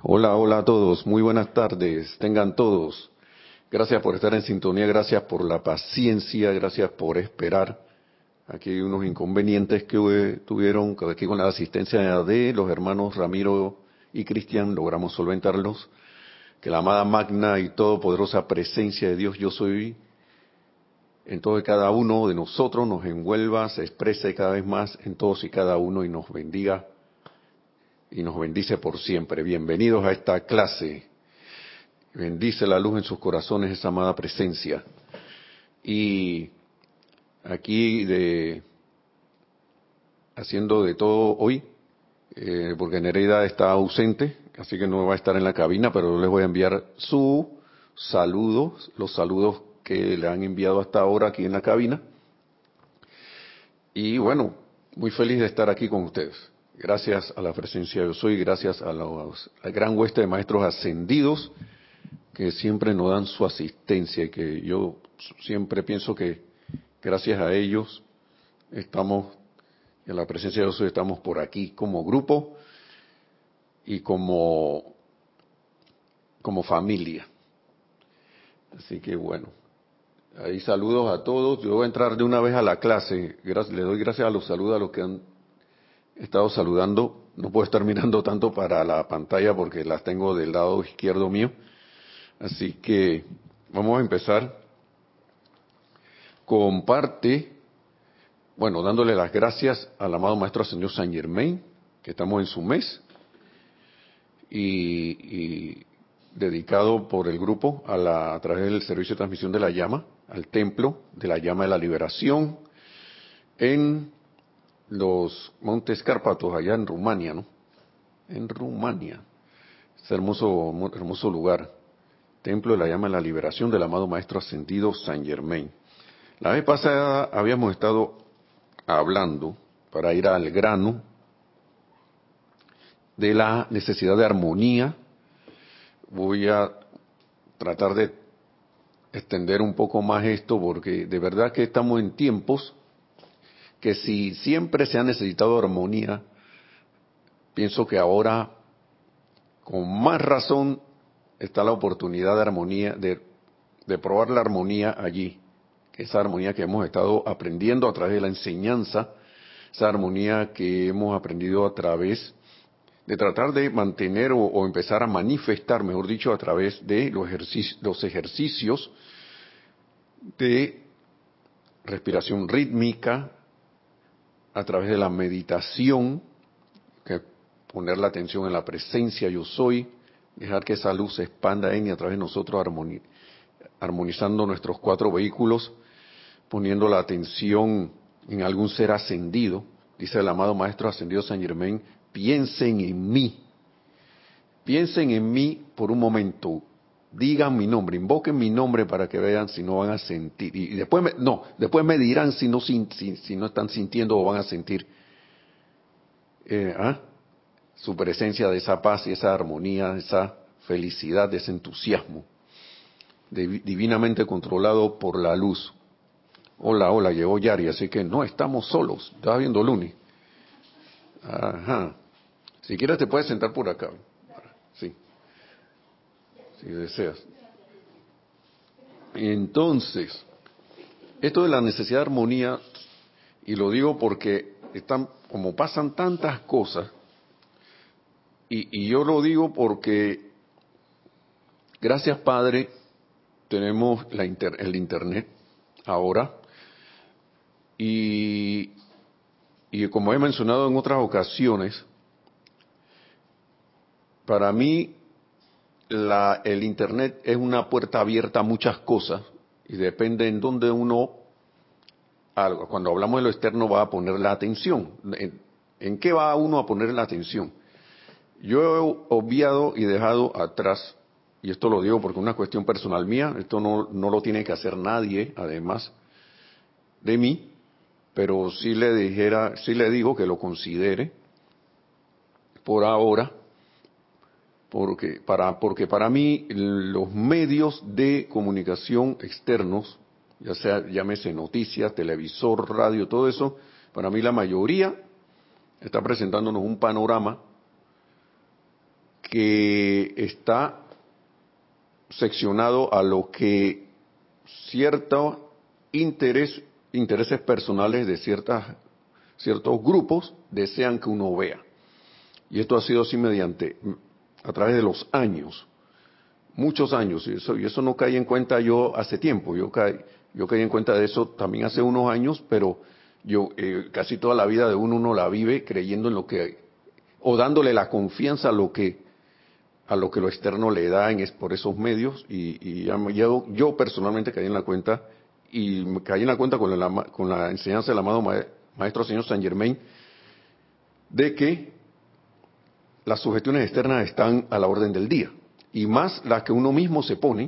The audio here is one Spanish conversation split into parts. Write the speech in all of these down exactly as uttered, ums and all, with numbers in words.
Hola, hola a todos, muy buenas tardes, tengan todos. Gracias por estar en sintonía, gracias por la paciencia, gracias por esperar. Aquí hay unos inconvenientes que eh, tuvieron, que aquí con la asistencia de los hermanos Ramiro y Cristian logramos solventarlos. Que la amada magna y todopoderosa presencia de Dios yo soy en todo y cada uno de nosotros nos envuelva, se exprese cada vez más en todos y cada uno y nos bendiga y nos bendice por siempre. Bienvenidos a esta clase. Bendice la luz en sus corazones esa amada presencia. Y aquí de haciendo de todo hoy, eh, porque Nereida está ausente, así que no va a estar en la cabina, pero les voy a enviar su saludo, los saludos que le han enviado hasta ahora aquí en la cabina. Y bueno, muy feliz de estar aquí con ustedes. Gracias a la presencia de Yo Soy, gracias a, los, a la gran hueste de maestros ascendidos que siempre nos dan su asistencia y que yo siempre pienso que gracias a ellos estamos, y a la presencia de Yo Soy, estamos por aquí como grupo y como, como familia. Así que bueno, ahí saludos a todos. Yo voy a entrar de una vez a la clase. Gracias, le doy gracias a los saludos a los que han estado saludando. No puedo estar mirando tanto para la pantalla porque las tengo del lado izquierdo mío. Así que vamos a empezar. Comparte, bueno, dándole las gracias al amado Maestro Ascendido Saint Germain, que estamos en su mes, y, y dedicado por el grupo a, la, a través del servicio de transmisión de la llama, al templo de la llama de la liberación, en los Montes Cárpatos, allá en Rumania, ¿no? En Rumania. Ese hermoso, hermoso lugar. Templo de la llama de la liberación del amado Maestro Ascendido Saint Germain. La vez pasada habíamos estado hablando, para ir al grano, de la necesidad de armonía. Voy a tratar de extender un poco más esto porque de verdad que estamos en tiempos que si siempre se ha necesitado armonía, pienso que ahora con más razón está la oportunidad de armonía, de, de probar la armonía allí. Esa armonía que hemos estado aprendiendo a través de la enseñanza, esa armonía que hemos aprendido a través de tratar de mantener o, o empezar a manifestar, mejor dicho, a través de los ejercicios, los ejercicios de respiración rítmica, a través de la meditación, que poner la atención en la presencia yo soy, dejar que esa luz se expanda en y a través de nosotros armoni armonizando nuestros cuatro vehículos, poniendo la atención en algún ser ascendido. Dice el amado Maestro Ascendido Saint Germain, piensen en mí, piensen en mí por un momento, digan mi nombre, invoquen mi nombre para que vean si no van a sentir, y después me, no, después me dirán si no, si, si, si no están sintiendo o van a sentir eh, ¿ah? su presencia de esa paz y esa armonía, de esa felicidad, de ese entusiasmo, de, divinamente controlado por la luz. Hola, hola, llegó Yari, así que no estamos solos. Estaba viendo Luni. Ajá. Si quieres te puedes sentar por acá. Sí. Si deseas. Entonces, esto de la necesidad de armonía, y lo digo porque están, como pasan tantas cosas, y, y yo lo digo porque, gracias Padre, tenemos la inter, el Internet ahora, y, y como he mencionado en otras ocasiones, para mí la, el Internet es una puerta abierta a muchas cosas y depende en dónde uno, cuando hablamos de lo externo, va a poner la atención. ¿En, en qué va uno a poner la atención? Yo he obviado y dejado atrás, y esto lo digo porque es una cuestión personal mía, esto no, no lo tiene que hacer nadie, además de mí, pero sí le dijera, sí le digo que lo considere por ahora, porque para, porque para mí los medios de comunicación externos, ya sea llámese noticias, televisor, radio, todo eso, para mí la mayoría está presentándonos un panorama que está seccionado a lo que ciertos interés, intereses personales de ciertas, ciertos grupos desean que uno vea. Y esto ha sido así mediante, a través de los años, muchos años, y eso, y eso no caí en cuenta yo hace tiempo, yo caí, yo caí en cuenta de eso también hace unos años, pero yo eh, casi toda la vida de uno uno la vive creyendo en lo que, o dándole la confianza a lo que a lo que lo externo le da en es, por esos medios, y, y ya, yo, yo personalmente caí en la cuenta, y me caí en la cuenta con la, con la enseñanza del amado Maestro Señor Saint Germain, de que las sugestiones externas están a la orden del día, y más las que uno mismo se pone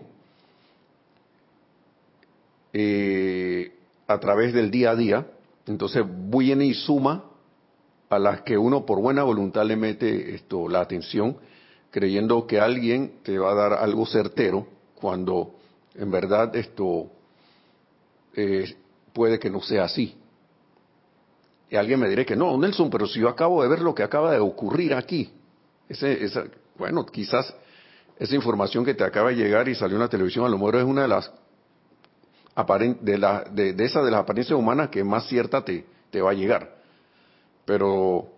eh, a través del día a día. Entonces viene y suma a las que uno por buena voluntad le mete esto la atención, creyendo que alguien te va a dar algo certero, cuando en verdad esto eh, puede que no sea así. Y alguien me dirá que no, Nelson, pero si yo acabo de ver lo que acaba de ocurrir aquí, ese, esa, bueno, quizás esa información que te acaba de llegar y salió en la televisión, a lo mejor es una de las de, la, de, de esas de las apariencias humanas que más cierta te, te va a llegar. Pero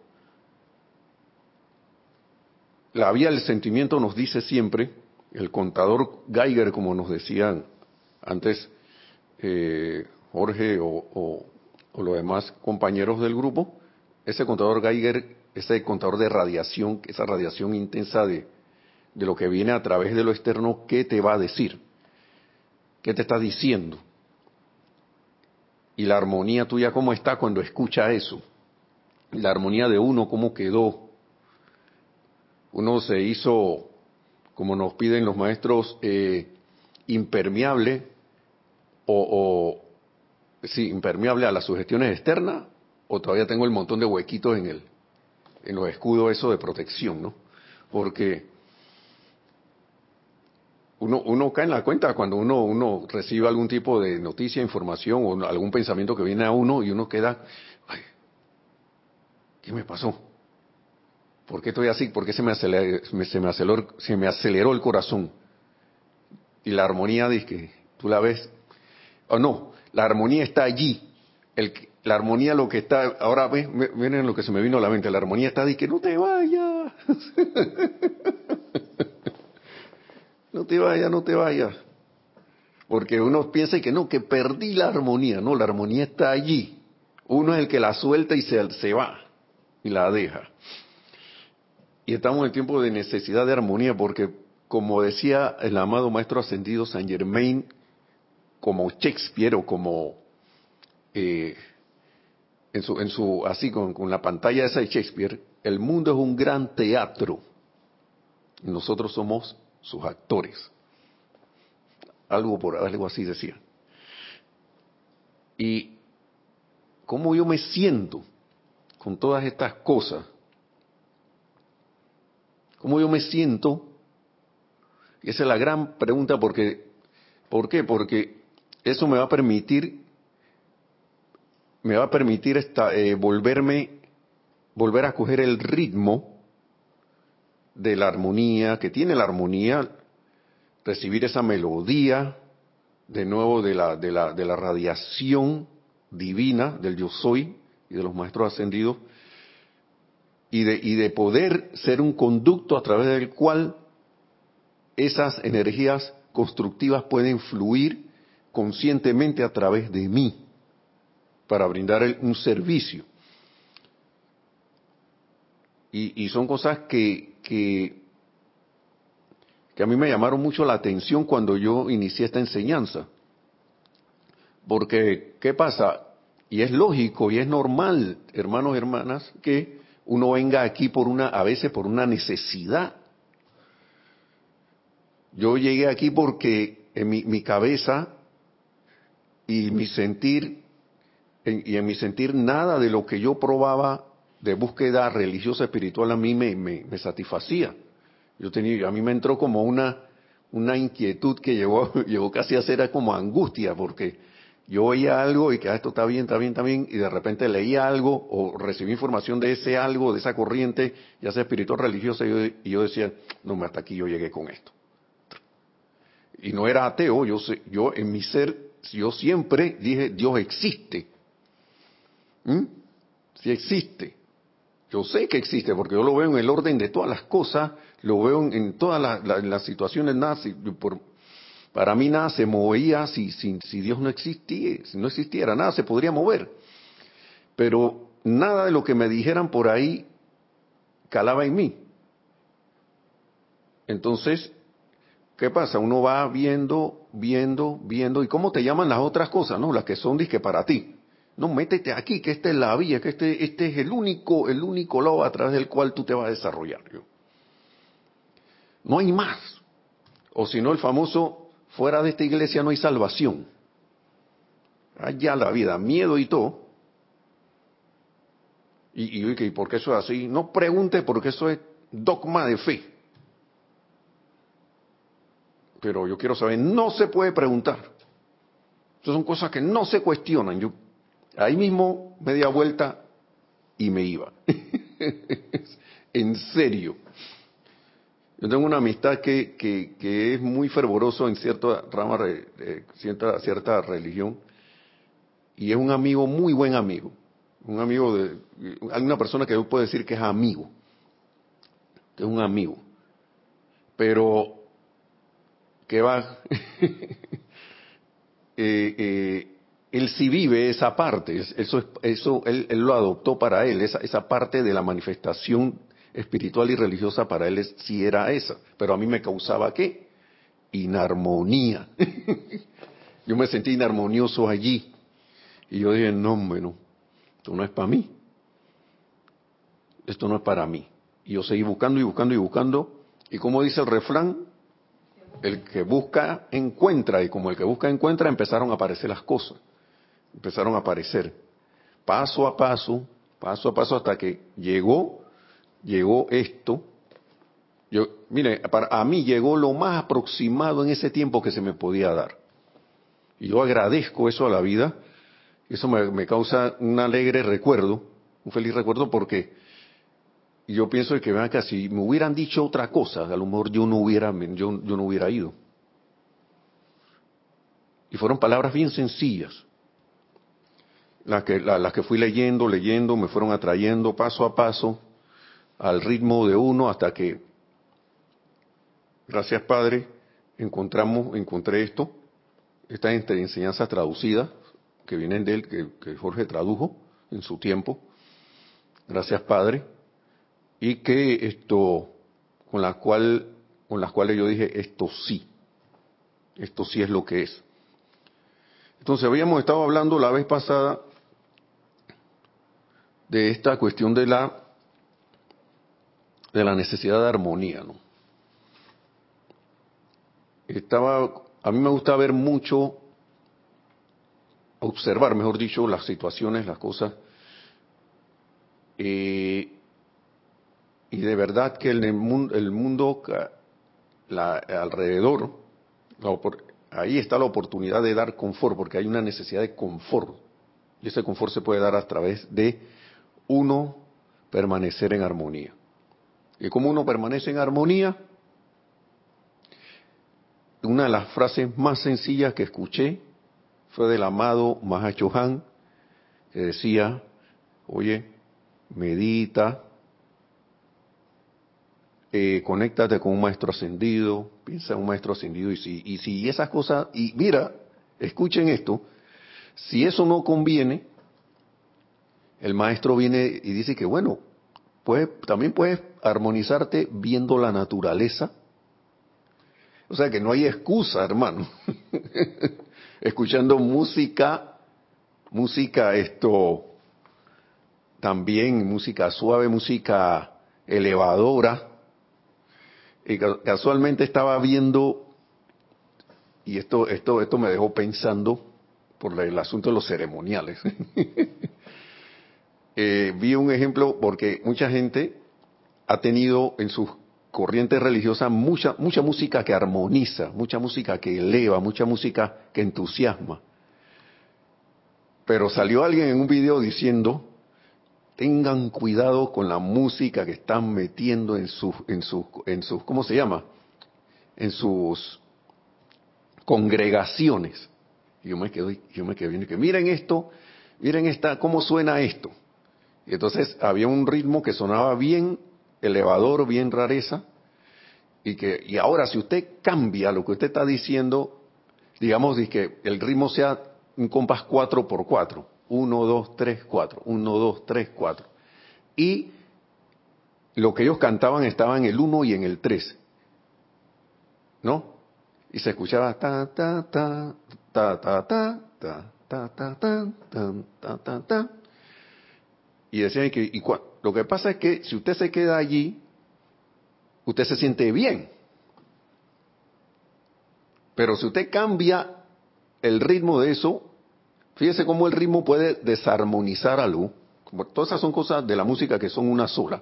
la vía del sentimiento nos dice siempre, el contador Geiger, como nos decían antes eh, Jorge o, o, o los demás compañeros del grupo, ese contador Geiger, ese contador de radiación, esa radiación intensa de, de lo que viene a través de lo externo, ¿qué te va a decir? ¿Qué te está diciendo? Y la armonía tuya, ¿cómo está cuando escucha eso? La armonía de uno, ¿cómo quedó? Uno se hizo, como nos piden los maestros, eh, impermeable o, o sí, impermeable a las sugestiones externas, o todavía tengo el montón de huequitos en el, en los escudos eso de protección, ¿no? Porque uno, uno cae en la cuenta cuando uno, uno recibe algún tipo de noticia, información o algún pensamiento que viene a uno y uno queda, ay, ¿qué me pasó? ¿Por qué estoy así? ¿Por qué se me aceleró, se me aceleró, se me aceleró el corazón? Y la armonía dice que tú la ves, o no, la armonía está allí. El, la armonía lo que está, ahora ves, miren lo que se me vino a la mente, la armonía está de que no te vayas. No te vayas, no te vayas. Porque uno piensa que no, que perdí la armonía. No, la armonía está allí. Uno es el que la suelta y se, se va y la deja. Y estamos en tiempo de necesidad de armonía porque, como decía el amado Maestro Ascendido Saint Germain, como Shakespeare o como eh, en su, en su así con, con la pantalla esa de Shakespeare, el mundo es un gran teatro y nosotros somos sus actores. Algo por algo así decía. Y cómo yo me siento con todas estas cosas, cómo yo me siento, y esa es la gran pregunta, porque ¿por qué? Porque eso me va a permitir me va a permitir esta, eh, volverme, volver a coger el ritmo de la armonía, que tiene la armonía, recibir esa melodía, de nuevo, de la, de la, de la radiación divina del Yo Soy y de los Maestros Ascendidos, y de, y de poder ser un conducto a través del cual esas energías constructivas pueden fluir conscientemente a través de mí, para brindar el, un servicio. Y, y son cosas que, que, que a mí me llamaron mucho la atención cuando yo inicié esta enseñanza. Porque, ¿qué pasa? Y es lógico y es normal, hermanos y hermanas, que uno venga aquí por una, a veces por una necesidad. Yo llegué aquí porque en mi, mi cabeza y mi sentir, en, y en mi sentir nada de lo que yo probaba de búsqueda religiosa espiritual a mí me, me, me satisfacía. Yo tenía, a mí me entró como una, una inquietud que llegó, llegó casi a ser como angustia, porque Yo oía algo y que ah, esto está bien, está bien, está bien, y de repente leía algo o recibí información de ese algo, de esa corriente, ya sea espiritual, religiosa, y yo, y yo decía, no, hasta aquí yo llegué con esto. Y no era ateo, yo, sé, yo en mi ser, yo siempre dije, Dios existe. ¿Mm? Sí existe. Yo sé que existe porque yo lo veo en el orden de todas las cosas, lo veo en, en todas las, las, las situaciones, nada, si, por, para mí nada se movía si, si, si Dios no existía, si no existiera, nada se podría mover. Pero nada de lo que me dijeran por ahí calaba en mí. Entonces, ¿qué pasa? Uno va viendo, viendo, viendo, ¿y cómo te llaman las otras cosas, no? Las que son disque para ti. No, métete aquí, que esta es la vía, que este, este es el único, el único lado a través del cual tú te vas a desarrollar. Yo. No hay más. O si no, el famoso, fuera de esta iglesia no hay salvación. Allá la vida, miedo y todo. Y, y, y ¿por qué eso es así? No pregunte porque eso es dogma de fe. Pero yo quiero saber, no se puede preguntar. Esas son cosas que no se cuestionan. Yo ahí mismo media vuelta y me iba. En serio. Yo tengo una amistad que, que, que es muy fervoroso en cierta rama, eh, cierta, cierta religión, y es un amigo, muy buen amigo. Un amigo de, hay una persona que yo puedo decir que es amigo, que es un amigo. Pero, que va, eh, eh, él sí vive esa parte, eso, eso él, él lo adoptó para él, esa, esa parte de la manifestación espiritual y religiosa para él es, sí era esa, pero a mí me causaba ¿qué? Inarmonía. Yo me sentí inarmonioso allí y yo dije, no, bueno, esto no es para mí, esto no es para mí. Y yo seguí buscando y buscando y buscando, y como dice el refrán, el que busca encuentra, y como el que busca encuentra empezaron a aparecer las cosas, empezaron a aparecer, paso a paso, paso a paso hasta que llegó, llegó esto. Yo, mire, para, a mí llegó lo más aproximado en ese tiempo que se me podía dar. Y yo agradezco eso a la vida. Eso me, me causa un alegre recuerdo, un feliz recuerdo, porque yo pienso que vean que si me hubieran dicho otra cosa, a lo mejor yo no hubiera, yo, yo no hubiera ido. Y fueron palabras bien sencillas, las que, la, las que fui leyendo, leyendo, me fueron atrayendo paso a paso, al ritmo de uno, hasta que, gracias Padre, encontramos, encontré esto, estas enseñanzas traducidas, que vienen de él, que, que Jorge tradujo en su tiempo, gracias Padre, y que esto, con la cual, con las cuales yo dije, esto sí, esto sí es lo que es. Entonces habíamos estado hablando la vez pasada de esta cuestión de la de la necesidad de armonía, ¿no? Estaba, a mí me gusta ver mucho, observar, mejor dicho, las situaciones, las cosas, eh, y de verdad que el mundo, el mundo la, alrededor, la, ahí está la oportunidad de dar confort, porque hay una necesidad de confort, y ese confort se puede dar a través de uno permanecer en armonía. ¿Y cómo uno permanece en armonía? Una de las frases más sencillas que escuché fue del amado Mahacho Han, que decía, oye, medita, eh, conéctate con un maestro ascendido, piensa en un maestro ascendido, y si, y si esas cosas, y mira, escuchen esto, si eso no conviene, el maestro viene y dice que bueno, puedes, también puedes armonizarte viendo la naturaleza. O sea que no hay excusa, hermano. Escuchando música, música esto, también música suave, música elevadora. Y casualmente estaba viendo, y esto, esto, esto me dejó pensando por el asunto de los ceremoniales. eh, vi un ejemplo porque mucha gente ha tenido en sus corrientes religiosas mucha, mucha música que armoniza, mucha música que eleva, mucha música que entusiasma. Pero salió alguien en un video diciendo, tengan cuidado con la música que están metiendo en sus, en sus, en sus, ¿cómo se llama? En sus congregaciones. Y yo me quedé, yo me quedé viendo que miren esto, miren esta, cómo suena esto. Y entonces había un ritmo que sonaba bien elevador, bien rareza, y que, y ahora si usted cambia lo que usted está diciendo, digamos que el ritmo sea un compás cuatro por cuatro, uno, dos, tres, cuatro, uno, dos, tres, cuatro. Y lo que ellos cantaban estaba en el uno y en el tres, ¿no? Y se escuchaba ta ta ta ta ta ta ta ta ta ta ta ta ta. Y decían que y cua, lo que pasa es que si usted se queda allí, usted se siente bien. Pero si usted cambia el ritmo de eso, fíjese cómo el ritmo puede desarmonizar algo. Todas esas son cosas de la música que son una sola.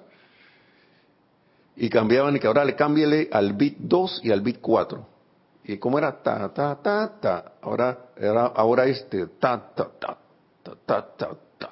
Y cambiaban, y que ahora le cámbiele al beat dos y al beat cuatro. Y como era ta, ta, ta, ta, ahora, era, ahora este ta, ta, ta, ta, ta, ta, ta.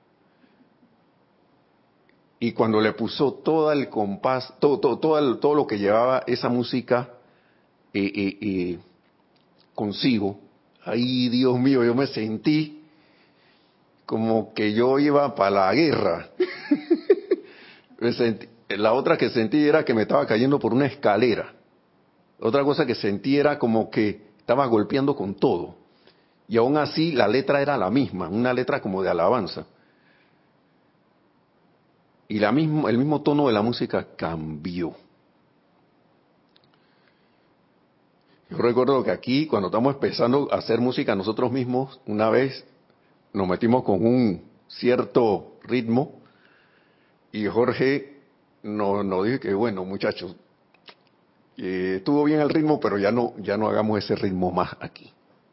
Y cuando le puso todo el compás, todo, todo, todo, el, todo lo que llevaba esa música eh, eh, eh, consigo, ay Dios mío, yo me sentí como que yo iba para la guerra. Me sentí, la otra que sentí era que me estaba cayendo por una escalera. Otra cosa que sentí era como que estaba golpeando con todo. Y aún así la letra era la misma, una letra como de alabanza. Y la mismo, el mismo tono de la música cambió. Yo recuerdo que aquí, cuando estamos empezando a hacer música nosotros mismos, una vez nos metimos con un cierto ritmo y Jorge nos, nos dijo que, bueno, muchachos, eh, estuvo bien el ritmo, pero ya no, ya no hagamos ese ritmo más aquí.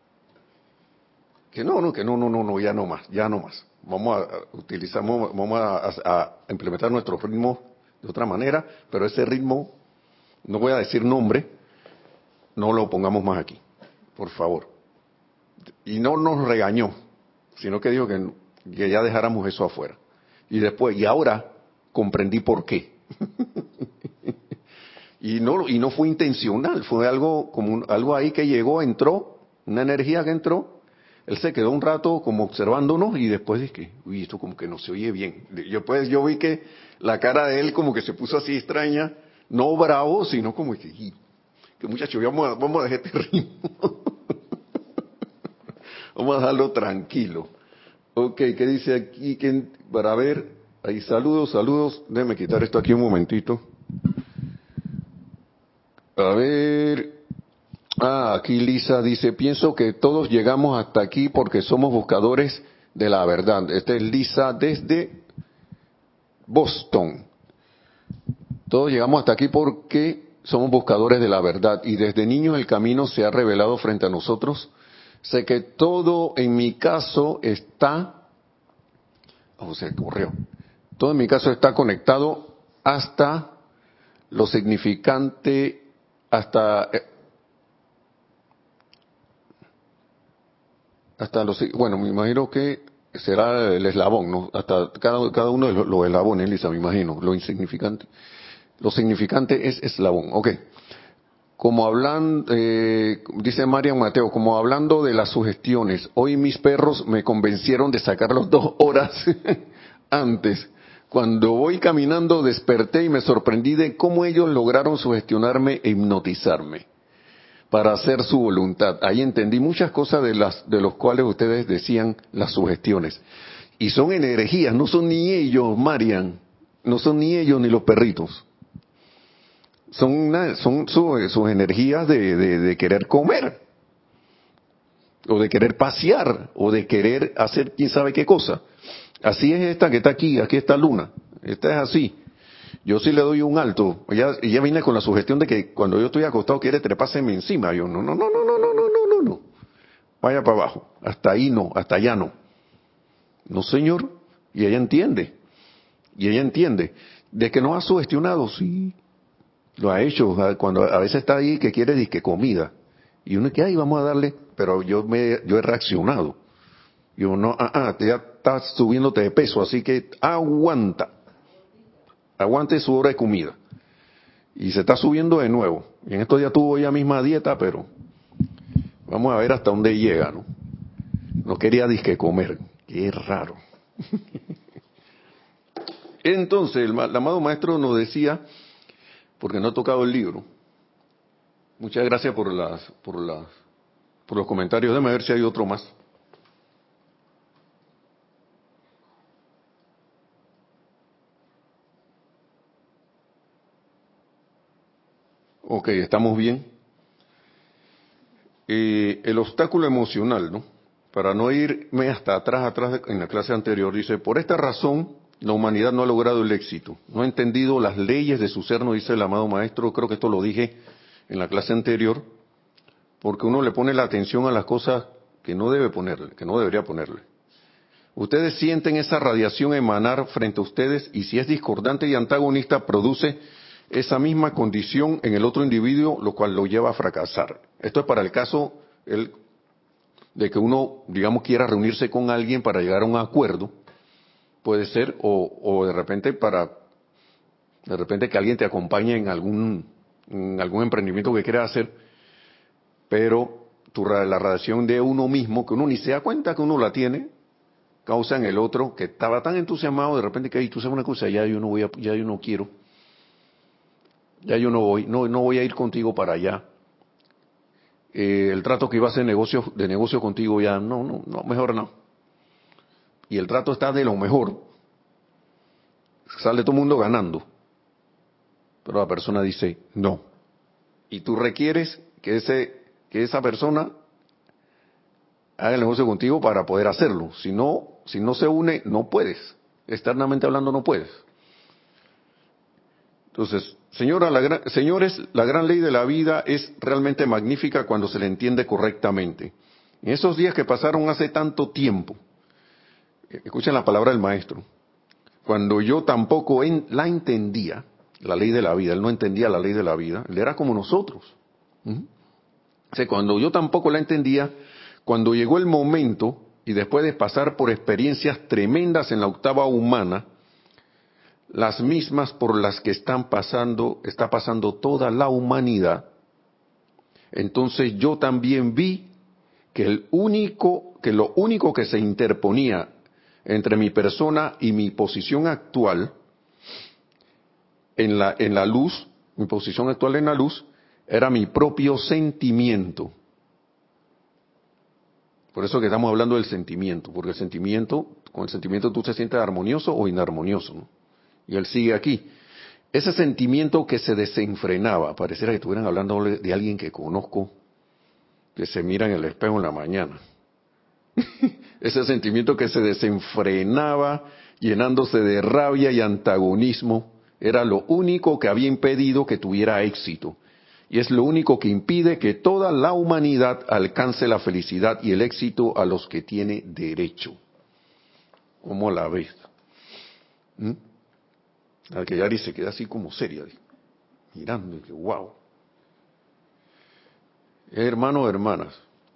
Que no, no, que no, no, no, no, ya no más, ya no más. Vamos a utilizar, vamos a, a implementar nuestros ritmos de otra manera, pero ese ritmo, no voy a decir nombre, no lo pongamos más aquí, por favor. Y no nos regañó, sino que dijo que, que ya dejáramos eso afuera. Y después, y ahora comprendí por qué. y no y no fue intencional, fue algo como un, algo ahí que llegó, entró, una energía que entró. Él se quedó un rato como observándonos y después dije, uy, esto como que no se oye bien. Yo pues yo vi que la cara de él como que se puso así extraña, no bravo, sino como que, que muchacho, vamos a, vamos a dejar este ritmo. Vamos a dejarlo tranquilo. Ok, ¿qué dice aquí? ¿Qué, para ver, ahí saludos, saludos. Déjeme quitar esto aquí un momentito. A ver. Ah, aquí Lisa dice, pienso que todos llegamos hasta aquí porque somos buscadores de la verdad. Esta es Lisa desde Boston. Todos llegamos hasta aquí porque somos buscadores de la verdad y desde niños el camino se ha revelado frente a nosotros. Sé que todo en mi caso está, o sea, corrió. Todo en mi caso está conectado hasta lo significante, hasta hasta los, bueno, me imagino que será el eslabón, ¿no? Hasta cada, cada uno de los, los eslabones, Lisa, me imagino, lo insignificante. Lo significante es eslabón, ok. Como hablan, eh, dice Marian Mateo, como hablando de las sugestiones, hoy mis perros me convencieron de sacarlos dos horas antes. Cuando voy caminando desperté y me sorprendí de cómo ellos lograron sugestionarme e hipnotizarme para hacer su voluntad. Ahí entendí muchas cosas de las de los cuales ustedes decían las sugestiones. Y son energías, no son ni ellos, Marian, no son ni ellos ni los perritos. Son una, son su, sus energías de, de, de querer comer, o de querer pasear, o de querer hacer quién sabe qué cosa. Así es esta que está aquí, aquí está Luna. Esta es así. Yo sí le doy un alto. Ella, ella viene con la sugestión de que cuando yo estoy acostado quiere treparse encima. Yo, no, no, no, no, no, no, no, no, no, no. Vaya para abajo. Hasta ahí no, hasta allá no. No, señor. Y ella entiende. Y ella entiende. De que nos ha sugestionado, sí. Lo ha hecho. Cuando a veces está ahí que quiere disque comida. Y uno que, ay, vamos a darle. Pero yo me, yo he reaccionado. Y yo, no, ah, ah, ya estás subiéndote de peso, así que aguanta. Aguante su hora de comida. Y se está subiendo de nuevo. Y en estos días tuvo ella misma dieta, pero vamos a ver hasta dónde llega, ¿no? No quería disque comer. Qué raro. Entonces, el, el amado maestro nos decía, porque no he tocado el libro, muchas gracias por las, por las, por los comentarios, déjame ver si hay otro más. Ok, estamos bien. Eh, el obstáculo emocional, ¿no? Para no irme hasta atrás, atrás de, en la clase anterior, dice, por esta razón la humanidad no ha logrado el éxito, no ha entendido las leyes de su ser, nos dice el amado maestro, creo que esto lo dije en la clase anterior, porque uno le pone la atención a las cosas que no debe ponerle, que no debería ponerle. Ustedes sienten esa radiación emanar frente a ustedes y si es discordante y antagonista produce esa misma condición en el otro individuo, lo cual lo lleva a fracasar. Esto es para el caso el, de que uno, digamos, quiera reunirse con alguien para llegar a un acuerdo, puede ser, o, o de repente para, de repente que alguien te acompañe en algún, en algún emprendimiento que quieras hacer, pero tu, la radiación de uno mismo, que uno ni se da cuenta que uno la tiene, causa en el otro que estaba tan entusiasmado de repente que, tú sabes una cosa, ya yo no voy a, ya yo no quiero, ya yo no voy, no, no voy a ir contigo para allá. Eh, el trato que iba a hacer negocio, de negocio contigo ya, no, no, no, mejor no. Y el trato está de lo mejor. Sale todo el mundo ganando. Pero la persona dice, no. Y tú requieres que ese, que esa persona haga el negocio contigo para poder hacerlo. Si no, si no se une, no puedes. Externamente hablando, no puedes. Entonces, señora, la gran, señores, la gran ley de la vida es realmente magnífica cuando se le entiende correctamente. En esos días que pasaron hace tanto tiempo, escuchen la palabra del maestro, cuando yo tampoco en, la entendía, la ley de la vida, él no entendía la ley de la vida, él era como nosotros. ¿Mm? O sea, cuando yo tampoco la entendía, cuando llegó el momento, y después de pasar por experiencias tremendas en la octava humana, las mismas por las que están pasando, está pasando toda la humanidad, entonces yo también vi que el único, que lo único que se interponía entre mi persona y mi posición actual en la, en la luz, mi posición actual en la luz, era mi propio sentimiento. Por eso que estamos hablando del sentimiento, porque el sentimiento, con el sentimiento tú te sientes armonioso o inarmonioso, ¿no? Y él sigue aquí. Ese sentimiento que se desenfrenaba, pareciera que estuvieran hablando de alguien que conozco, que se mira en el espejo en la mañana. Ese sentimiento que se desenfrenaba, llenándose de rabia y antagonismo, era lo único que había impedido que tuviera éxito. Y es lo único que impide que toda la humanidad alcance la felicidad y el éxito a los que tiene derecho. ¿Cómo la ves? ¿Mm? Al que Yari se queda así como seria, mirando, y que wow. Hermanos, hermanas,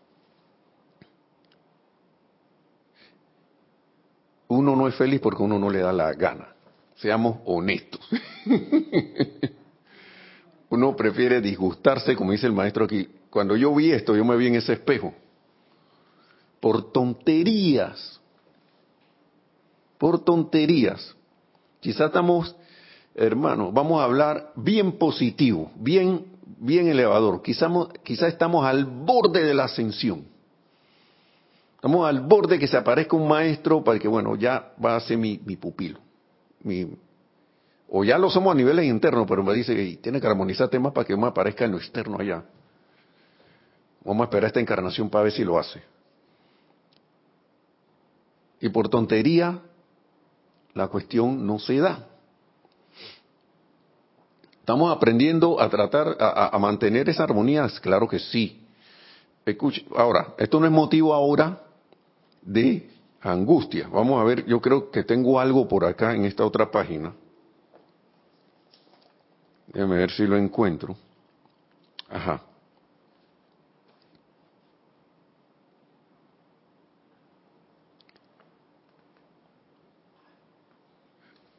uno no es feliz porque uno no le da la gana. Seamos honestos. Uno prefiere disgustarse, como dice el maestro aquí. Cuando yo vi esto, yo me vi en ese espejo. Por tonterías. Por tonterías. Quizá estamos, hermanos, vamos a hablar bien positivo, bien, bien elevador. Quizá, quizá estamos al borde de la ascensión. Estamos al borde que se aparezca un maestro para que, bueno, ya va a ser mi, mi pupilo. Mi, o ya lo somos a niveles internos, pero me dice que tiene que armonizar temas para que me aparezca en lo externo allá. Vamos a esperar esta encarnación para ver si lo hace. Y por tontería, la cuestión no se da. ¿Estamos aprendiendo a tratar, a, a mantener esa armonía? Claro que sí. Escuche, ahora, esto no es motivo ahora de angustia. Vamos a ver, yo creo que tengo algo por acá en esta otra página. Déjame ver si lo encuentro. Ajá.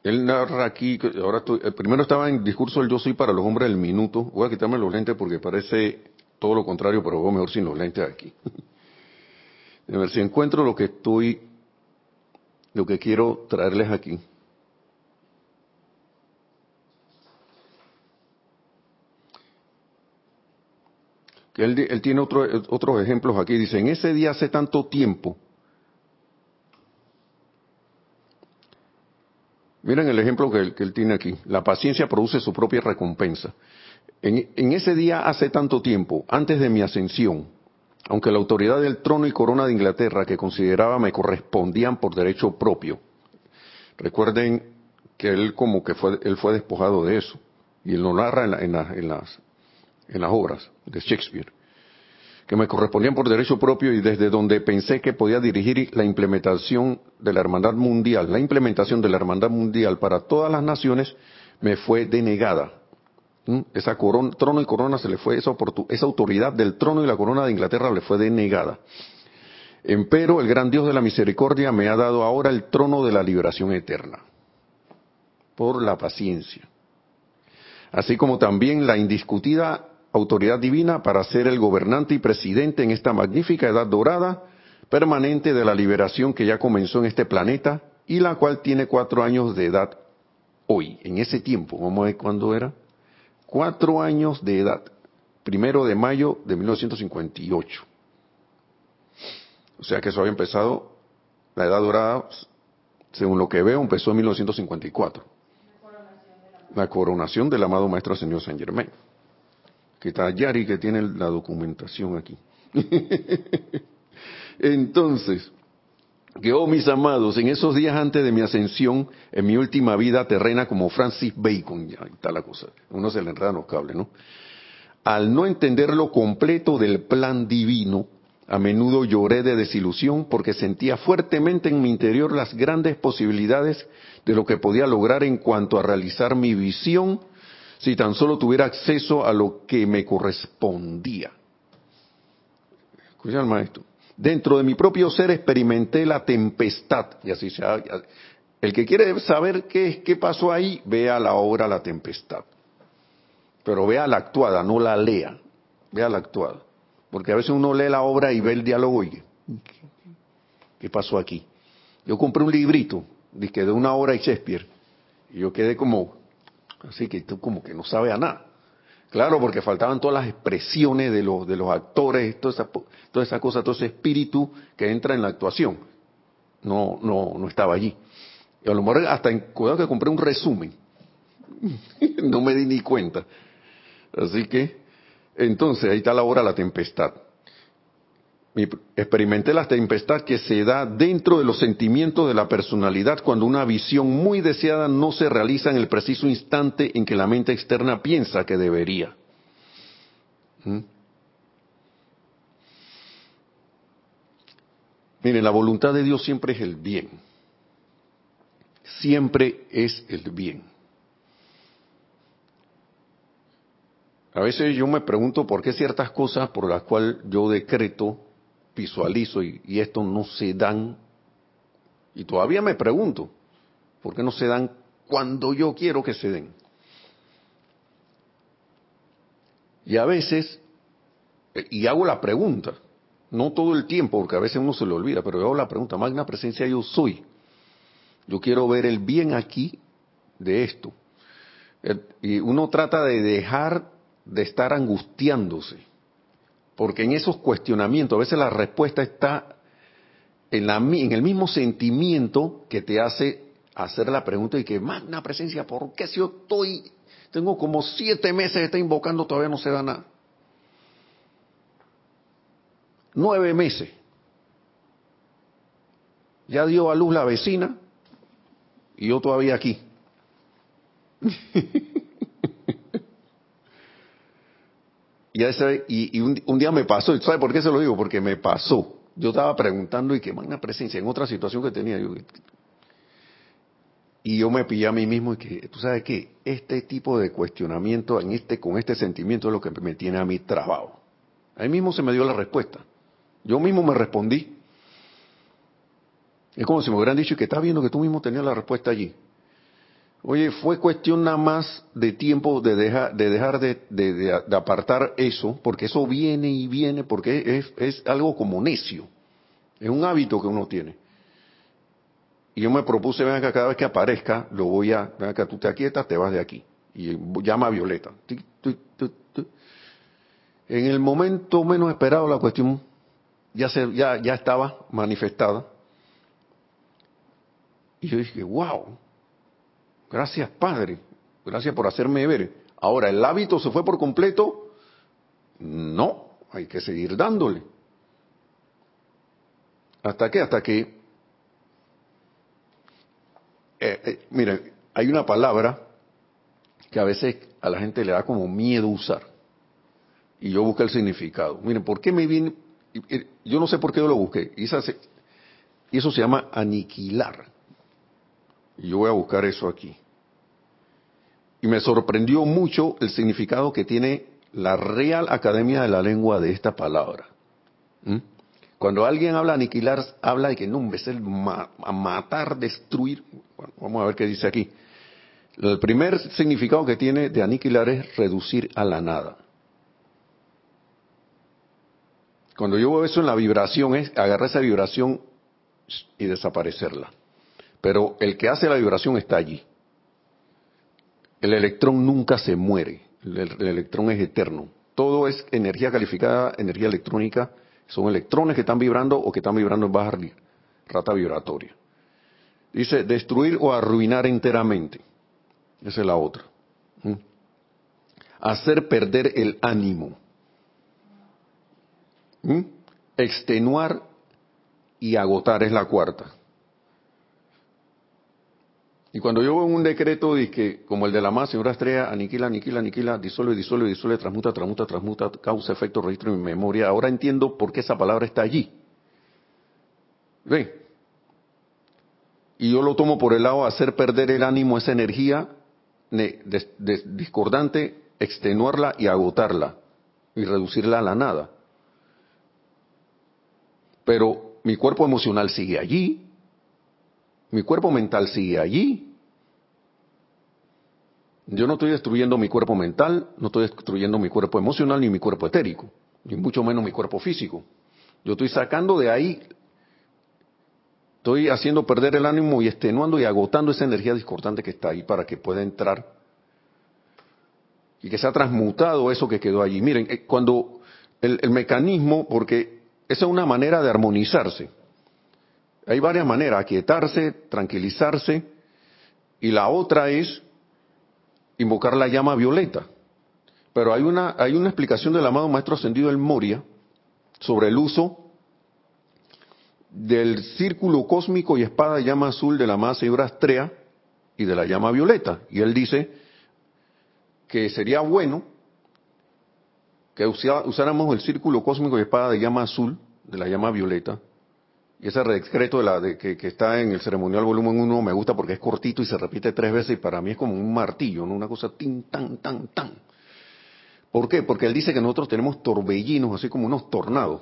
Él narra aquí, que ahora estoy, eh, primero estaba en discurso del Yo soy para los hombres del minuto. Voy a quitarme los lentes porque parece todo lo contrario, pero voy mejor sin los lentes aquí. A ver si encuentro lo que estoy, lo que quiero traerles aquí. Que él, él tiene otro, otros ejemplos aquí. Dice, en ese día hace tanto tiempo. Miren el ejemplo que él, que él tiene aquí. La paciencia produce su propia recompensa. En, en ese día hace tanto tiempo, antes de mi ascensión, aunque la autoridad del trono y corona de Inglaterra, que consideraba me correspondían por derecho propio, recuerden que él como que fue, él fue despojado de eso, y él lo narra en, la, en, la, en, las, en las obras de Shakespeare, que me correspondían por derecho propio y desde donde pensé que podía dirigir la implementación de la hermandad mundial, la implementación de la hermandad mundial para todas las naciones, me fue denegada. ¿Mm? Esa corona, trono y corona se le fue, esa, esa autoridad del trono y la corona de Inglaterra le fue denegada. Empero el gran Dios de la misericordia me ha dado ahora el trono de la liberación eterna, por la paciencia, así como también la indiscutida autoridad divina para ser el gobernante y presidente en esta magnífica edad dorada, permanente de la liberación que ya comenzó en este planeta y la cual tiene cuatro años de edad hoy, en ese tiempo. Vamos a ver cuándo era. Cuatro años de edad, primero de mayo de mil novecientos cincuenta y ocho. O sea que eso había empezado, la edad dorada, según lo que veo, empezó en mil novecientos cincuenta y cuatro. La coronación del amado Maestro Señor Saint Germain. Que está Yari, que tiene la documentación aquí. Entonces, que oh mis amados, en esos días antes de mi ascensión, en mi última vida terrena como Francis Bacon, ya está la cosa, uno se le enredan los cables, ¿no? Al no entender lo completo del plan divino, a menudo lloré de desilusión porque sentía fuertemente en mi interior las grandes posibilidades de lo que podía lograr en cuanto a realizar mi visión si tan solo tuviera acceso a lo que me correspondía. Escucha al maestro. Dentro de mi propio ser experimenté la tempestad. Y así se ha, el que quiere saber qué, qué pasó ahí, vea la obra La Tempestad. Pero vea la actuada, no la lea. Vea la actuada. Porque a veces uno lee la obra y ve el diálogo y ¿qué, qué pasó aquí? Yo compré un librito de, de una obra de Shakespeare y yo quedé como, así que tú como que no sabe a nada. Claro, porque faltaban todas las expresiones de los, de los actores, toda esa, toda esa cosa, todo ese espíritu que entra en la actuación. No, no, no estaba allí. Y a lo mejor hasta en, cuidado que compré un resumen. No me di ni cuenta. Así que, entonces, ahí está la obra La Tempestad. Experimenté la tempestad que se da dentro de los sentimientos de la personalidad cuando una visión muy deseada no se realiza en el preciso instante en que la mente externa piensa que debería. ¿Mm? Miren, la voluntad de Dios siempre es el bien. Siempre es el bien. A veces yo me pregunto por qué ciertas cosas por las cuales yo decreto, visualizo y, y esto no se dan. Y todavía me pregunto, ¿por qué no se dan cuando yo quiero que se den? Y a veces, y hago la pregunta, no todo el tiempo, porque a veces uno se le olvida, pero yo hago la pregunta, magna presencia yo soy. Yo quiero ver el bien aquí de esto. Y uno trata de dejar de estar angustiándose, porque en esos cuestionamientos a veces la respuesta está en, la, en el mismo sentimiento que te hace hacer la pregunta y que, magna presencia, ¿por qué si yo estoy, tengo como siete meses de estar invocando, todavía no se da nada? Nueve meses. Ya dio a luz la vecina y yo todavía aquí. y, ese, y, y un, un día me pasó, ¿sabe por qué se lo digo? Porque me pasó. Yo estaba preguntando y que magna presencia en otra situación que tenía. Yo, y yo me pillé a mí mismo y que, tú sabes que este tipo de cuestionamiento en este, con este sentimiento es lo que me tiene a mí trabado. Ahí mismo se me dio la respuesta. Yo mismo me respondí. Es como si me hubieran dicho que estás viendo que tú mismo tenías la respuesta allí. Oye, fue cuestión nada más de tiempo de, deja, de dejar de, de, de, de apartar eso, porque eso viene y viene, porque es, es algo como necio, es un hábito que uno tiene. Y yo me propuse, ven acá, cada vez que aparezca, lo voy a, ven acá, tú te aquietas, te vas de aquí. Y llama a Violeta. En el momento menos esperado la cuestión ya, se, ya, ya estaba manifestada. Y yo dije, wow, gracias Padre, gracias por hacerme ver. Ahora, ¿el hábito se fue por completo? No, hay que seguir dándole. ¿Hasta qué? Hasta que, eh, eh, miren, hay una palabra que a veces a la gente le da como miedo usar. Y yo busqué el significado. Miren, ¿por qué me viene? Yo no sé por qué yo lo busqué. Y eso se llama aniquilar. Y yo voy a buscar eso aquí. Y me sorprendió mucho el significado que tiene la Real Academia de la Lengua de esta palabra. ¿Mm? Cuando alguien habla aniquilar, habla de que no, es el ma matar, destruir. Bueno, vamos a ver qué dice aquí. El primer significado que tiene de aniquilar es reducir a la nada. Cuando yo veo eso en la vibración es agarrar esa vibración y desaparecerla. Pero el que hace la vibración está allí. El electrón nunca se muere. El, el electrón es eterno. Todo es energía calificada, energía electrónica. Son electrones que están vibrando o que están vibrando en baja rata vibratoria. Dice destruir o arruinar enteramente. Esa es la otra. ¿Mm? Hacer perder el ánimo. ¿Mm? Extenuar y agotar es la cuarta. Y cuando yo veo un decreto de que, como el de la más, señora Estrella, aniquila, aniquila, aniquila, disuelve, disuelve, disuelve, transmuta, transmuta, transmuta, causa, efecto, registro en mi memoria, ahora entiendo por qué esa palabra está allí. ¿Ve? Y yo lo tomo por el lado de hacer perder el ánimo, esa energía de, de, de, discordante, extenuarla y agotarla, y reducirla a la nada. Pero mi cuerpo emocional sigue allí, mi cuerpo mental sigue allí. Yo no estoy destruyendo mi cuerpo mental, no estoy destruyendo mi cuerpo emocional ni mi cuerpo etérico, ni mucho menos mi cuerpo físico. Yo estoy sacando de ahí, estoy haciendo perder el ánimo y extenuando y agotando esa energía discordante que está ahí para que pueda entrar y que sea transmutado eso que quedó allí. Miren, cuando el, el mecanismo, porque esa es una manera de armonizarse. Hay varias maneras, aquietarse, tranquilizarse, y la otra es invocar la llama violeta. Pero hay una, hay una explicación del amado Maestro Ascendido El Moria sobre el uso del círculo cósmico y espada de llama azul de la amada señora Astrea y de la llama violeta. Y él dice que sería bueno que usáramos el círculo cósmico y espada de llama azul de la llama violeta. Y ese decreto de la, de, que, que está en el ceremonial volumen uno me gusta porque es cortito y se repite tres veces y para mí es como un martillo, ¿no? Una cosa tin, tan, tan, tan. ¿Por qué? Porque él dice que nosotros tenemos torbellinos, así como unos tornados,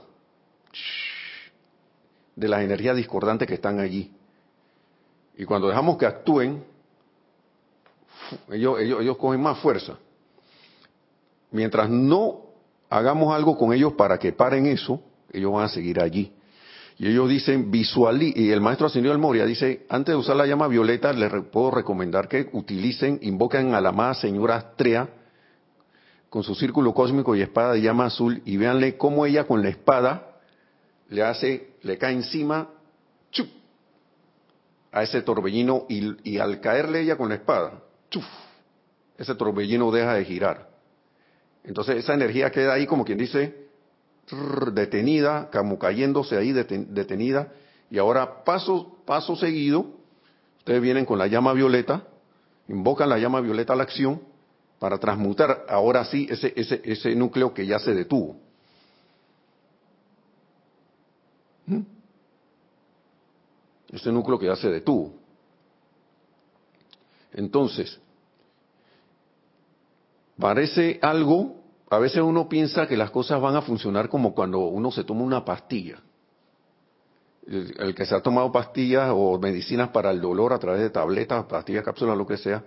de las energías discordantes que están allí. Y cuando dejamos que actúen, ellos, ellos, ellos cogen más fuerza. Mientras no hagamos algo con ellos para que paren eso, ellos van a seguir allí. Y ellos dicen, visualiz y el maestro Ascendido del Moria dice, antes de usar la llama violeta, les puedo recomendar que utilicen, invoquen a la amada señora Astrea con su círculo cósmico y espada de llama azul y véanle cómo ella con la espada le hace, le cae encima ¡chup! A ese torbellino y, y al caerle ella con la espada, ¡chuf! Ese torbellino deja de girar. Entonces esa energía queda ahí como quien dice, detenida, como cayéndose ahí detenida, y ahora paso, paso seguido, ustedes vienen con la llama violeta, invocan la llama violeta a la acción, para transmutar ahora sí ese, ese, ese núcleo que ya se detuvo. ¿Mm? Ese núcleo que ya se detuvo. Entonces, parece algo, a veces uno piensa que las cosas van a funcionar como cuando uno se toma una pastilla. El, el que se ha tomado pastillas o medicinas para el dolor a través de tabletas, pastillas, cápsulas, lo que sea,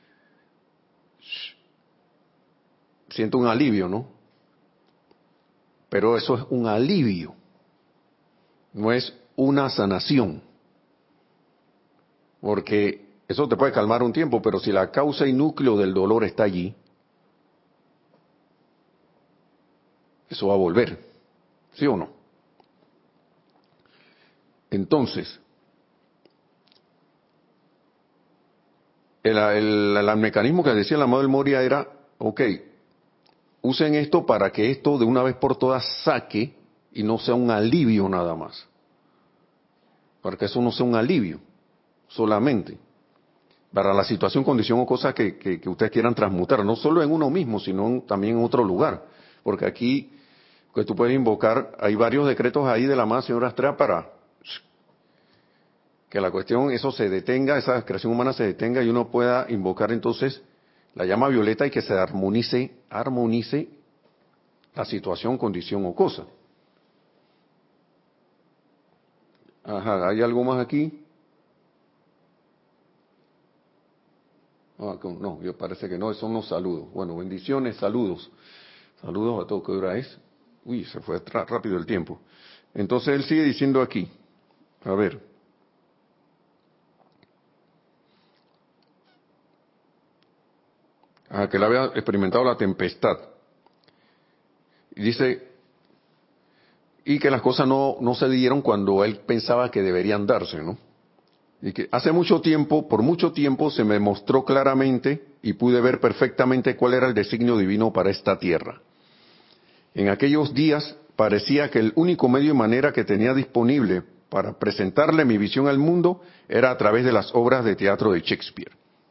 siente un alivio, ¿no? Pero eso es un alivio, no es una sanación. Porque eso te puede calmar un tiempo, pero si la causa y núcleo del dolor está allí, eso va a volver, ¿sí o no? Entonces, el, el, el mecanismo que decía la Madre Moria era, ok, usen esto para que esto de una vez por todas saque y no sea un alivio nada más. Para que eso no sea un alivio solamente. Para la situación, condición o cosa que, que, que ustedes quieran transmutar, no solo en uno mismo, sino en, también en otro lugar. Porque aquí, que tú puedes invocar, hay varios decretos ahí de la Madre Señora Astrea para que la cuestión, eso se detenga, esa creación humana se detenga y uno pueda invocar entonces la llama violeta y que se armonice, armonice la situación, condición o cosa. Ajá, ¿hay algo más aquí? Ah, no, yo parece que no, son los saludos. Bueno, bendiciones, saludos. Saludos a todos, ¿qué hora es? Uy, se fue rápido el tiempo. Entonces él sigue diciendo aquí, a ver, a que él había experimentado la tempestad. Y dice, y que las cosas no, no se dieron cuando él pensaba que deberían darse, ¿no? Y que hace mucho tiempo, por mucho tiempo, se me mostró claramente y pude ver perfectamente cuál era el designio divino para esta tierra. En aquellos días parecía que el único medio y manera que tenía disponible para presentarle mi visión al mundo era a través de las obras de teatro de Shakespeare,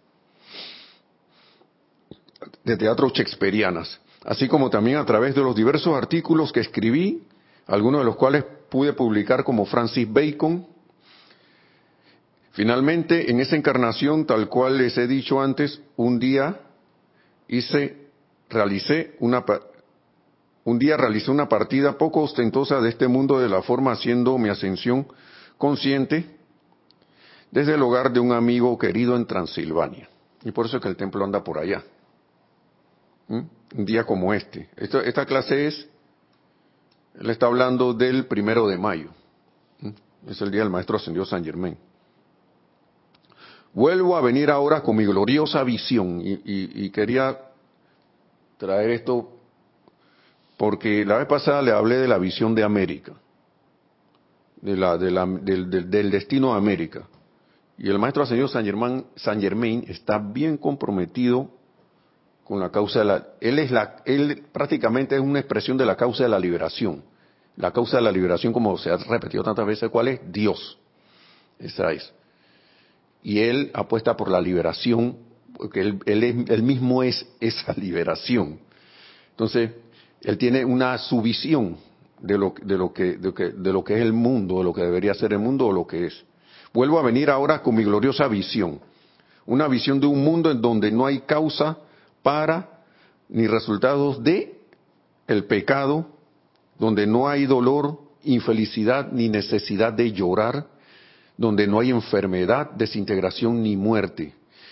de teatro shakespearianas, así como también a través de los diversos artículos que escribí, algunos de los cuales pude publicar como Francis Bacon. Finalmente, en esa encarnación, tal cual les he dicho antes, un día hice, realicé una, un día realicé una partida poco ostentosa de este mundo de la forma haciendo mi ascensión consciente desde el hogar de un amigo querido en Transilvania. Y por eso es que el templo anda por allá. ¿Mm? Un día como este. Esta, esta clase es, él está hablando del primero de mayo. ¿Mm? Es el día del Maestro Ascendido San Germain. Vuelvo a venir ahora con mi gloriosa visión y, y, y quería traer esto porque la vez pasada le hablé de la visión de América, de la, de la, del, del, del destino de América. Y el Maestro Ascendido San Germain, San Germain está bien comprometido con la causa de la... Él, es la, él prácticamente es una expresión de la causa de la liberación. La causa de la liberación, como se ha repetido tantas veces, ¿cuál es? Dios. Esa es. Y él apuesta por la liberación, porque él, él, es, él mismo es esa liberación. Entonces, él tiene una subvisión de lo, de, lo que, de, lo que, de lo que es el mundo, de lo que debería ser el mundo o lo que es. Vuelvo a venir ahora con mi gloriosa visión. Una visión de un mundo en donde no hay causa para ni resultados de el pecado, donde no hay dolor, infelicidad ni necesidad de llorar, donde no hay enfermedad, desintegración ni muerte.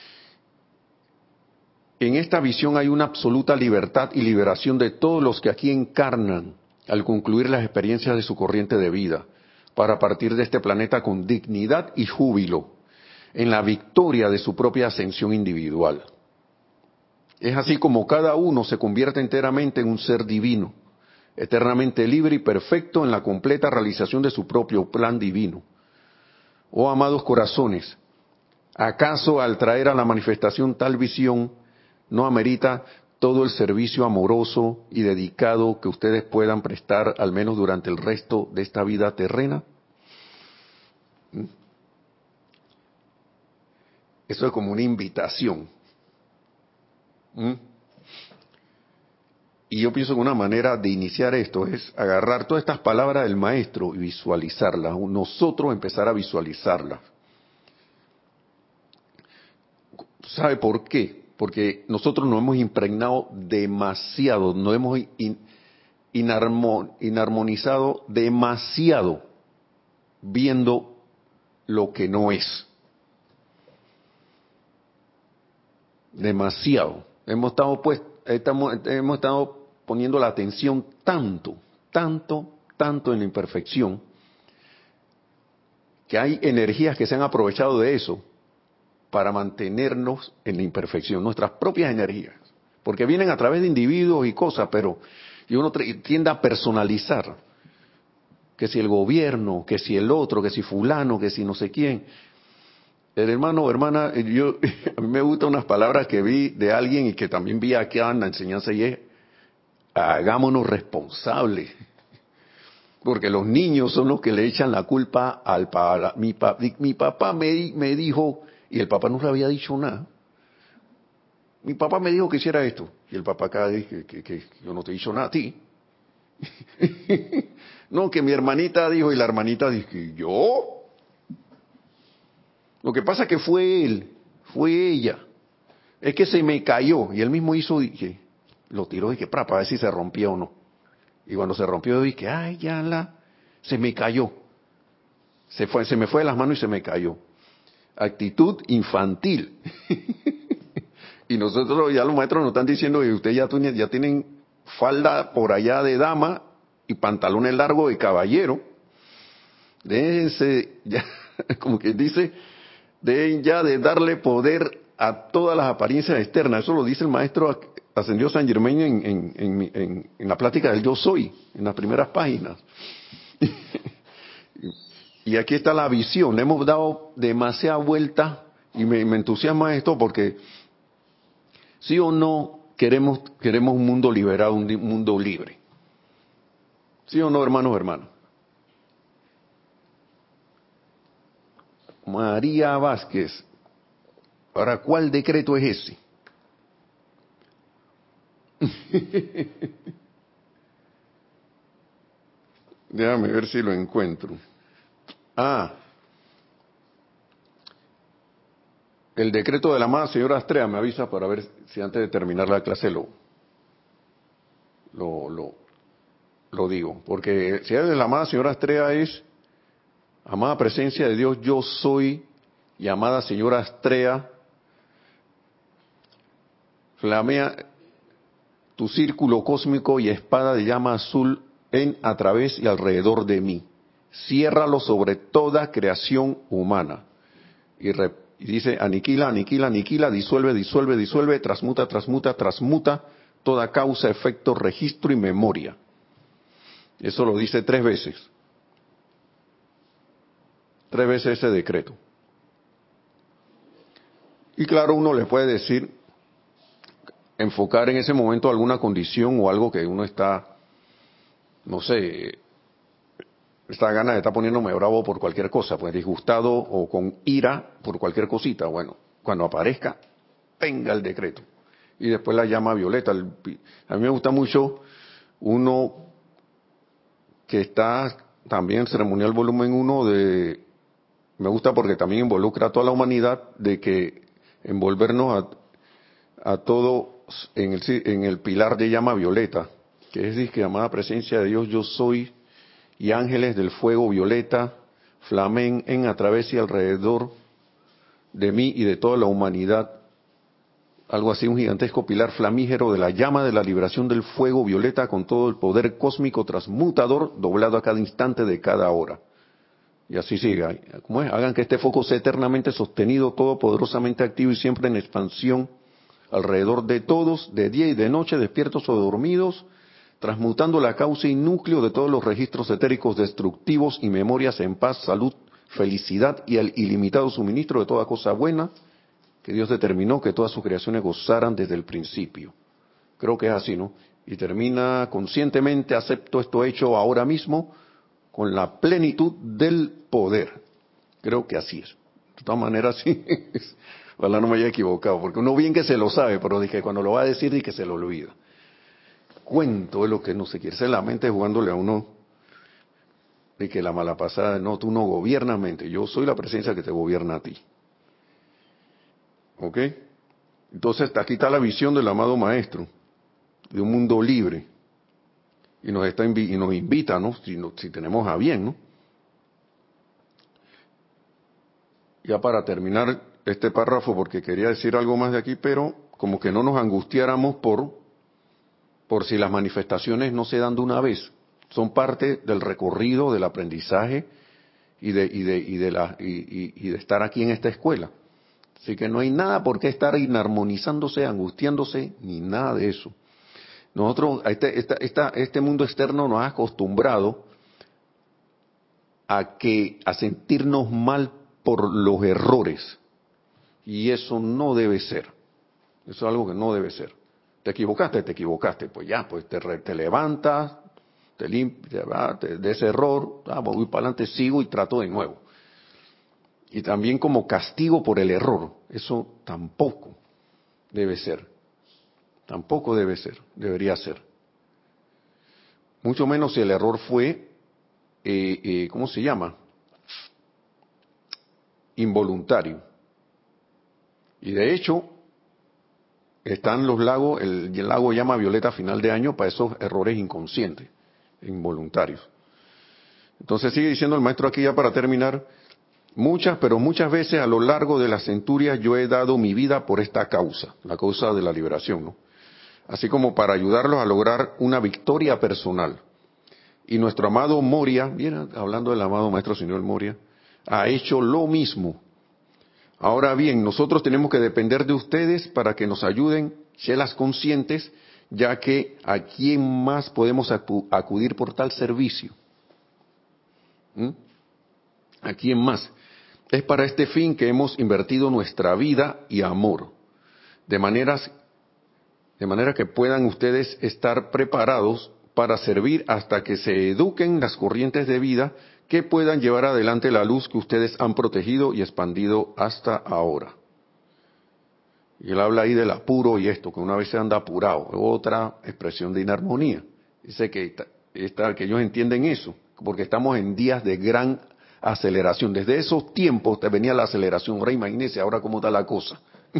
En esta visión hay una absoluta libertad y liberación de todos los que aquí encarnan al concluir las experiencias de su corriente de vida, para partir de este planeta con dignidad y júbilo, en la victoria de su propia ascensión individual. Es así como cada uno se convierte enteramente en un ser divino, eternamente libre y perfecto en la completa realización de su propio plan divino. Oh amados corazones, ¿acaso al traer a la manifestación tal visión no amerita todo el servicio amoroso y dedicado que ustedes puedan prestar al menos durante el resto de esta vida terrena? Eso es como una invitación. ¿Mm? Y yo pienso que una manera de iniciar esto es agarrar todas estas palabras del maestro y visualizarlas, nosotros empezar a visualizarlas. ¿Sabe por qué? Porque nosotros nos hemos impregnado demasiado, nos hemos in, inarmon, inarmonizado demasiado viendo lo que no es. Demasiado. Hemos estado pues, estamos, hemos estado poniendo la atención tanto, tanto, tanto en la imperfección, que hay energías que se han aprovechado de eso para mantenernos en la imperfección, nuestras propias energías, porque vienen a través de individuos y cosas, pero y uno tiende a personalizar, que si el gobierno, que si el otro, que si fulano, que si no sé quién. El hermano o hermana, yo, a mí me gustan unas palabras que vi de alguien y que también vi aquí en la enseñanza y es, hagámonos responsables. Porque los niños son los que le echan la culpa al papá. Mi, pa, mi papá me, me dijo, y el papá no le había dicho nada. Mi papá me dijo que hiciera esto. Y el papá acá dice que, que, que yo no te he dicho nada a ti. No, que mi hermanita dijo y la hermanita dijo, ¿yo? Lo que pasa es que fue él, fue ella. Es que se me cayó y él mismo hizo, dije, lo tiró y dije, para ver si se rompía o no. Y cuando se rompió dije, ay, ya la, se me cayó. Se fue, se me fue de las manos y se me cayó. Actitud infantil. Y nosotros, ya los maestros nos están diciendo que ustedes ya, ya tienen falda por allá de dama y pantalones largos de caballero. Déjense, ya, como que dice, dejen ya de darle poder a todas las apariencias externas. Eso lo dice el maestro Ascendido San Germain en, en, en, en, en la plática del Yo Soy, en las primeras páginas. Y aquí está la visión. Le hemos dado demasiada vuelta y me, me entusiasma esto porque sí o no queremos, queremos un mundo liberado, un mundo libre. ¿Sí o no, hermanos, hermanos? María Vázquez. Ahora, ¿cuál decreto es ese? Déjame ver si lo encuentro. Ah, el decreto de la amada señora Astrea, me avisa para ver si antes de terminar la clase lo, lo, lo, lo digo. Porque si es de la amada señora Astrea es, amada presencia de Dios, yo soy, y amada señora Astrea, flamea tu círculo cósmico y espada de llama azul en, a través y alrededor de mí. Ciérralo sobre toda creación humana. Y, re, y dice, aniquila, aniquila, aniquila, disuelve, disuelve, disuelve, transmuta, transmuta, transmuta, toda causa, efecto, registro y memoria. Eso lo dice tres veces. Tres veces ese decreto. Y claro, uno le puede decir, enfocar en ese momento alguna condición o algo que uno está, no sé, esta gana de estar poniéndome bravo por cualquier cosa, pues disgustado o con ira por cualquier cosita. Bueno, cuando aparezca, tenga el decreto. Y después la llama violeta. A mí me gusta mucho uno que está también en ceremonial volumen uno de, me gusta porque también involucra a toda la humanidad, de que envolvernos a, a todos en el, en el pilar de llama violeta, que es disque amada presencia de Dios, yo soy, y ángeles del fuego violeta flamen en, a través y alrededor de mí y de toda la humanidad. Algo así, un gigantesco pilar flamígero de la llama de la liberación del fuego violeta con todo el poder cósmico transmutador doblado a cada instante de cada hora. Y así siga. ¿Cómo es? Hagan que este foco sea eternamente sostenido, todopoderosamente activo y siempre en expansión alrededor de todos, de día y de noche, despiertos o dormidos, transmutando la causa y núcleo de todos los registros etéricos destructivos y memorias en paz, salud, felicidad y el ilimitado suministro de toda cosa buena que Dios determinó que todas sus creaciones gozaran desde el principio. Creo que es así, ¿no? Y termina conscientemente, acepto esto hecho ahora mismo con la plenitud del poder. Creo que así es. De todas maneras, sí. Ojalá no me haya equivocado, porque uno bien que se lo sabe, pero dije cuando lo va a decir, dije que se lo olvida. Cuento es lo que no se quiere. Esa es la mente jugándole a uno de que la mala pasada, no, tú no gobiernas mente, yo soy la presencia que te gobierna a ti. ¿Ok? Entonces aquí está la visión del amado maestro, de un mundo libre. Y nos, está, y nos invita, ¿no? Si, no, si tenemos a bien, ¿no? ya para terminar este párrafo, porque quería decir algo más de aquí, pero como que no nos angustiáramos por, por si las manifestaciones no se dan de una vez. Son parte del recorrido, del aprendizaje y de, y de, y de, la, y, y, y de estar aquí en esta escuela. Así que no hay nada por qué estar inarmonizándose, angustiándose, ni nada de eso. Nosotros, este, esta, esta, este mundo externo nos ha acostumbrado a que, a sentirnos mal por los errores. Y eso no debe ser. Eso es algo que no debe ser. Te equivocaste, te equivocaste. Pues ya, pues te, te levantas, te limpias de ese error, ah, voy para adelante, sigo y trato de nuevo. Y también como castigo por el error. Eso tampoco debe ser. Tampoco debe ser, debería ser. Mucho menos si el error fue, eh, eh, ¿cómo se llama? Involuntario. Y de hecho, están los lagos, el, el lago llama Violeta final de año para esos errores inconscientes, involuntarios. Entonces sigue diciendo el maestro aquí ya para terminar, muchas, pero muchas veces a lo largo de las centurias yo he dado mi vida por esta causa, la causa de la liberación, ¿no? Así como para ayudarlos a lograr una victoria personal. Y nuestro amado Moria, bien, hablando del amado maestro señor Moria, ha hecho lo mismo. Ahora bien, nosotros tenemos que depender de ustedes para que nos ayuden, chelas conscientes, ya que a quién más podemos acudir por tal servicio. ¿Mm? ¿A quién más? Es para este fin que hemos invertido nuestra vida y amor, de maneras, de manera que puedan ustedes estar preparados para servir hasta que se eduquen las corrientes de vida que puedan llevar adelante la luz que ustedes han protegido y expandido hasta ahora. Y él habla ahí del apuro y esto, que una vez se anda apurado, otra expresión de inarmonía. Dice que, está, está, que ellos entienden eso, porque estamos en días de gran aceleración. Desde esos tiempos te venía la aceleración. Ahora imagínense ahora cómo está la cosa.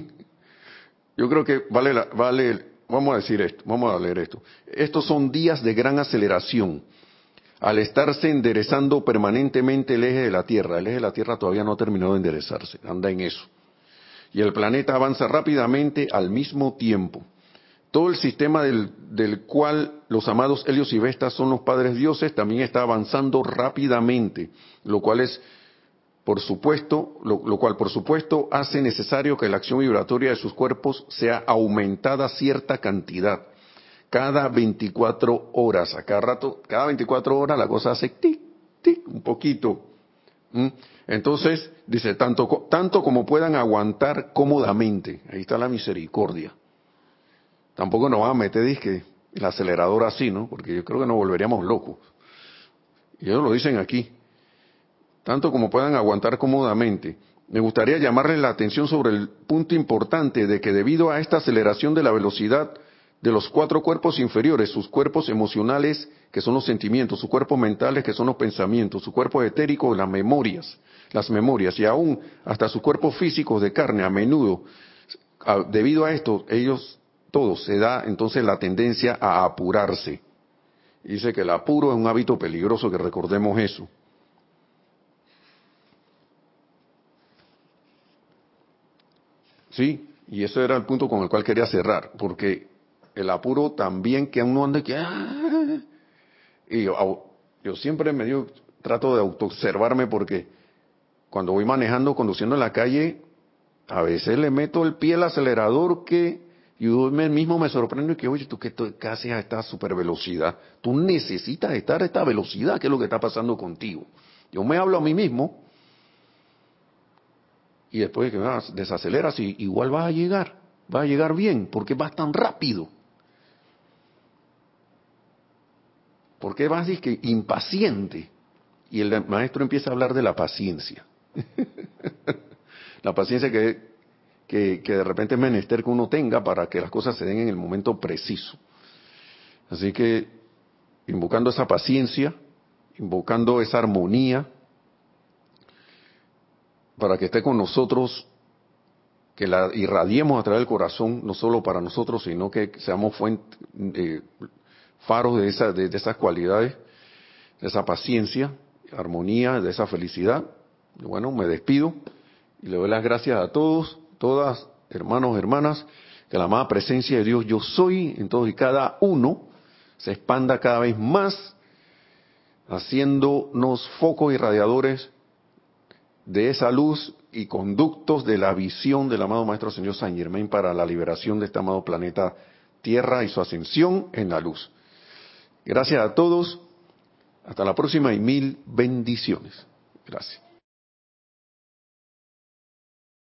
Yo creo que vale, la, vale, vamos a decir esto, vamos a leer esto. Estos son días de gran aceleración. Al estarse enderezando permanentemente el eje de la Tierra, el eje de la Tierra todavía no ha terminado de enderezarse, anda en eso. Y el planeta avanza rápidamente al mismo tiempo. Todo el sistema del, del cual los amados Helios y Vestas son los padres dioses también está avanzando rápidamente, lo cual es, por supuesto, lo, lo cual por supuesto hace necesario que la acción vibratoria de sus cuerpos sea aumentada cierta cantidad. Cada veinticuatro horas, a cada rato, cada veinticuatro horas la cosa hace tic, tic, un poquito. ¿Mm? Entonces, dice, tanto, tanto como puedan aguantar cómodamente. Ahí está la misericordia. Tampoco nos van a meter, disque, el acelerador así, ¿no? Porque yo creo que nos volveríamos locos. Y ellos lo dicen aquí. Tanto como puedan aguantar cómodamente. Me gustaría llamarles la atención sobre el punto importante de que debido a esta aceleración de la velocidad de los cuatro cuerpos inferiores, sus cuerpos emocionales, que son los sentimientos, sus cuerpos mentales, que son los pensamientos, su cuerpo etérico, las memorias, las memorias, y aún hasta sus cuerpos físicos de carne, a menudo, a, debido a esto, ellos todos, se da entonces la tendencia a apurarse. Dice que el apuro es un hábito peligroso, que recordemos eso. Sí, y ese era el punto con el cual quería cerrar, porque el apuro también que uno anda que... ¡ah! Y yo, yo siempre me digo, trato de autoobservarme porque cuando voy manejando, conduciendo en la calle, a veces le meto el pie al acelerador que yo mismo me sorprendo y que, oye, ¿tú qué, qué haces a esta super velocidad? Tú necesitas estar a esta velocidad, ¿qué es lo que está pasando contigo? Yo me hablo a mí mismo y después de que ah, desaceleras, y igual vas a llegar, vas a llegar bien, porque vas tan rápido. ¿Por qué vas que impaciente? Y el maestro empieza a hablar de la paciencia. La paciencia que, que, que de repente es menester que uno tenga para que las cosas se den en el momento preciso. Así que, invocando esa paciencia, invocando esa armonía, para que esté con nosotros, que la irradiemos a través del corazón, no solo para nosotros, sino que seamos fuente, eh, faros de, esa, de, de esas cualidades, de esa paciencia, armonía, de esa felicidad. Bueno, me despido Y le doy las gracias a todos, todas, hermanos, hermanas, que la amada presencia de Dios yo soy en todos y cada uno se expanda cada vez más, haciéndonos focos y radiadores de esa luz y conductos de la visión del amado Maestro Señor Saint Germain para la liberación de este amado planeta Tierra y su ascensión en la luz. Gracias a todos, hasta la próxima y mil bendiciones. Gracias.